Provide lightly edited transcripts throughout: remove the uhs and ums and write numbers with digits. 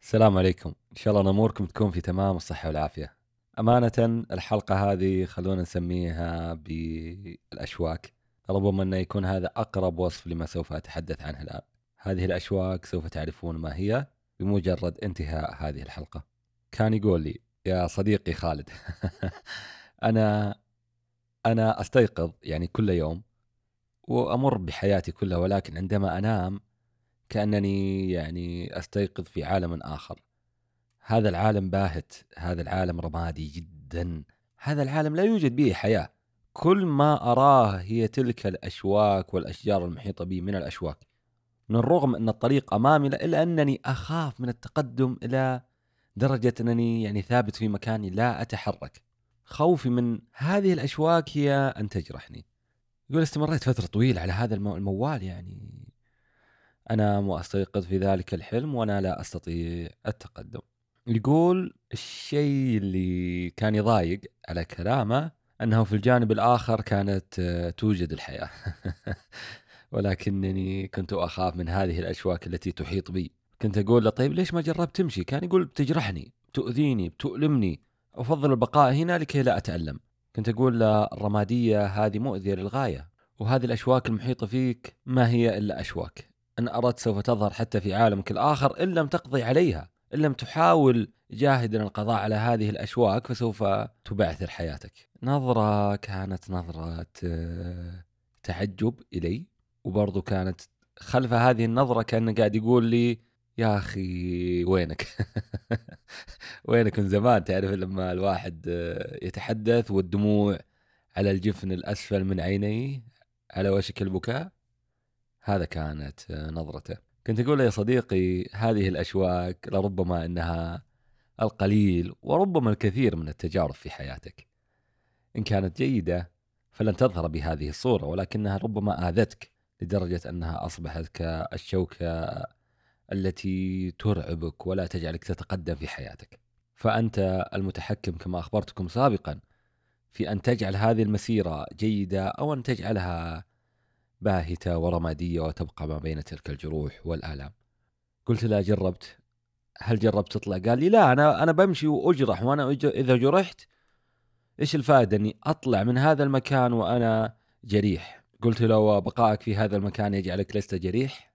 السلام عليكم، إن شاء الله أموركم تكون في تمام الصحة والعافية. أمانةً الحلقة هذه خلونا نسميها بالأشواك، ربما أنه يكون هذا أقرب وصف لما سوف أتحدث عنه الآن. هذه الأشواك سوف تعرفون ما هي بمجرد انتهاء هذه الحلقة. كان يقول لي يا صديقي خالد أنا أنا أستيقظ يعني كل يوم وأمر بحياتي كلها، ولكن عندما أنام كأنني يعني أستيقظ في عالم آخر. هذا العالم باهت، هذا العالم رمادي جدًا، هذا العالم لا يوجد به حياة، كل ما أراه هي تلك الأشواك والأشجار المحيطة بي من الأشواك، من الرغم أن الطريق أمامي إلا أنني أخاف من التقدم إلى درجة أنني يعني ثابت في مكاني لا أتحرك، خوفي من هذه الأشواك هي أن تجرحني. يقول استمريت فترة طويلة على هذا الموال يعني أنام وأستيقظ في ذلك الحلم وأنا لا أستطيع التقدم. يقول الشيء اللي كان يضايق على كلامه أنه في الجانب الآخر كانت توجد الحياة ولكنني كنت أخاف من هذه الأشواك التي تحيط بي. كنت أقول له طيب ليش ما جربت تمشي؟ كان يقول بتجرحني، بتؤذيني، بتؤلمني، أفضل البقاء هنا لكي لا أتألم. كنت أقول له الرمادية هذه مؤذية للغاية، وهذه الأشواك المحيطة فيك ما هي إلا أشواك، إن أردت سوف تظهر حتى في عالمك الآخر إن لم تقضي عليها، إن لم تحاول جاهدا القضاء على هذه الأشواك فسوف تبعثر حياتك. نظرة كانت نظرة تعجب إلي، وبرضو كانت خلف هذه النظرة كان قاعد يقول لي يا أخي وينك وينك من زمان. تعرف لما الواحد يتحدث والدموع على الجفن الأسفل من عينيه على وشك البكاء، هذا كانت نظرته. كنت أقول له يا صديقي هذه الأشواك لربما أنها القليل وربما الكثير من التجارب في حياتك، إن كانت جيدة فلن تظهر بهذه الصورة، ولكنها ربما آذتك لدرجة أنها أصبحت كالشوكة التي ترعبك ولا تجعلك تتقدم في حياتك. فأنت المتحكم كما أخبرتكم سابقا في أن تجعل هذه المسيرة جيدة أو أن تجعلها باهتة ورمادية وتبقى ما بين تلك الجروح والآلام. قلت له جربت؟ هل جربت تطلع؟ قال لي لا، أنا بمشي وأجرح، وأنا إذا جرحت إيش الفائدة أني أطلع من هذا المكان وأنا جريح؟ قلت له وبقائك في هذا المكان يجعلك لست جريح؟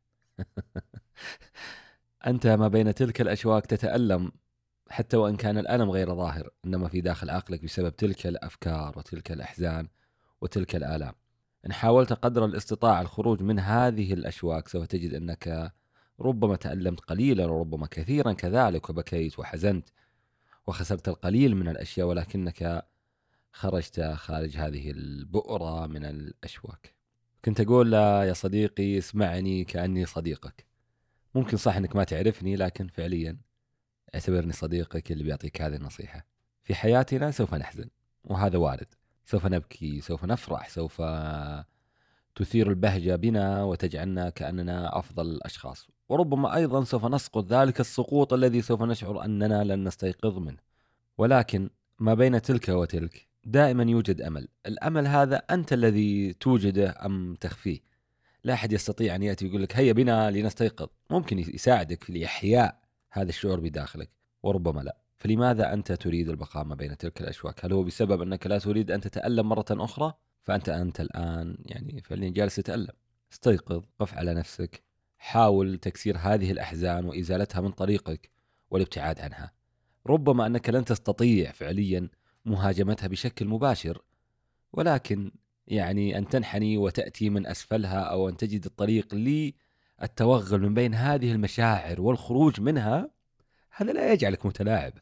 أنت ما بين تلك الأشواك تتألم، حتى وإن كان الألم غير ظاهر، إنما في داخل عقلك بسبب تلك الأفكار وتلك الأحزان وتلك الآلام. إن حاولت قدر الاستطاعة الخروج من هذه الأشواك سوف تجد أنك ربما تألمت قليلا وربما كثيرا كذلك، وبكيت وحزنت وخسرت القليل من الأشياء، ولكنك خرجت خارج هذه البؤرة من الأشواك. كنت أقول له يا صديقي اسمعني كأني صديقك، ممكن صح أنك ما تعرفني لكن فعليا اعتبرني صديقك اللي بيعطيك هذه النصيحة. في حياتنا سوف نحزن وهذا وارد، سوف نبكي، سوف نفرح، سوف تثير البهجة بنا وتجعلنا كأننا أفضل الأشخاص، وربما أيضا سوف نسقط ذلك السقوط الذي سوف نشعر أننا لن نستيقظ منه. ولكن ما بين تلك وتلك دائما يوجد أمل. الأمل هذا أنت الذي توجده أم تخفيه. لا أحد يستطيع أن يأتي ويقول لك هيا بنا لنستيقظ. ممكن يساعدك في إحياء هذا الشعور بداخلك وربما لا. فلماذا أنت تريد البقاء ما بين تلك الأشواك؟ هل هو بسبب أنك لا تريد أن تتألم مرة أخرى؟ فأنت الآن يعني فعليا جالس تتألم. استيقظ، قف على نفسك، حاول تكسير هذه الأحزان وإزالتها من طريقك والابتعاد عنها. ربما أنك لن تستطيع فعليا مهاجمتها بشكل مباشر، ولكن يعني أن تنحني وتأتي من أسفلها أو أن تجد الطريق للتوغل من بين هذه المشاعر والخروج منها، هذا لا يجعلك متلاعب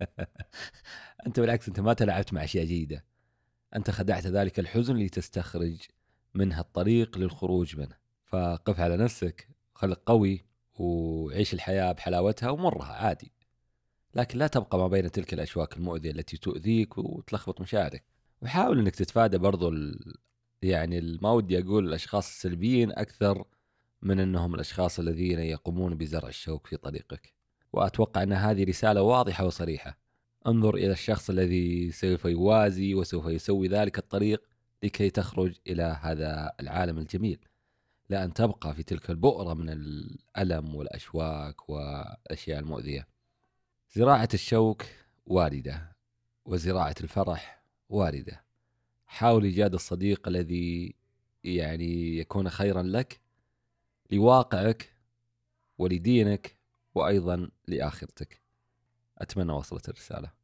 أنت بالعكس، أنت ما تلاعبت مع أشياء جيدة، أنت خدعت ذلك الحزن لتستخرج منها الطريق للخروج منه. فقف على نفسك، خلق قوي، وعيش الحياة بحلاوتها ومرها عادي، لكن لا تبقى ما بين تلك الأشواك المؤذية التي تؤذيك وتلخبط مشاعرك. وحاول أنك تتفادى برضو يعني ما ودي أقول الأشخاص السلبيين أكثر من أنهم الأشخاص الذين يقومون بزرع الشوك في طريقك. وأتوقع أن هذه رسالة واضحة وصريحة. انظر إلى الشخص الذي سوف يوازي وسوف يسوي ذلك الطريق لكي تخرج إلى هذا العالم الجميل، لا أن تبقى في تلك البؤرة من الألم والأشواك والأشياء المؤذية. زراعة الشوك واردة، وزراعة الفرح واردة. حاول إيجاد الصديق الذي يعني يكون خيرا لك، لواقعك ولدينك وأيضا لآخرتك. أتمنى وصلت الرسالة.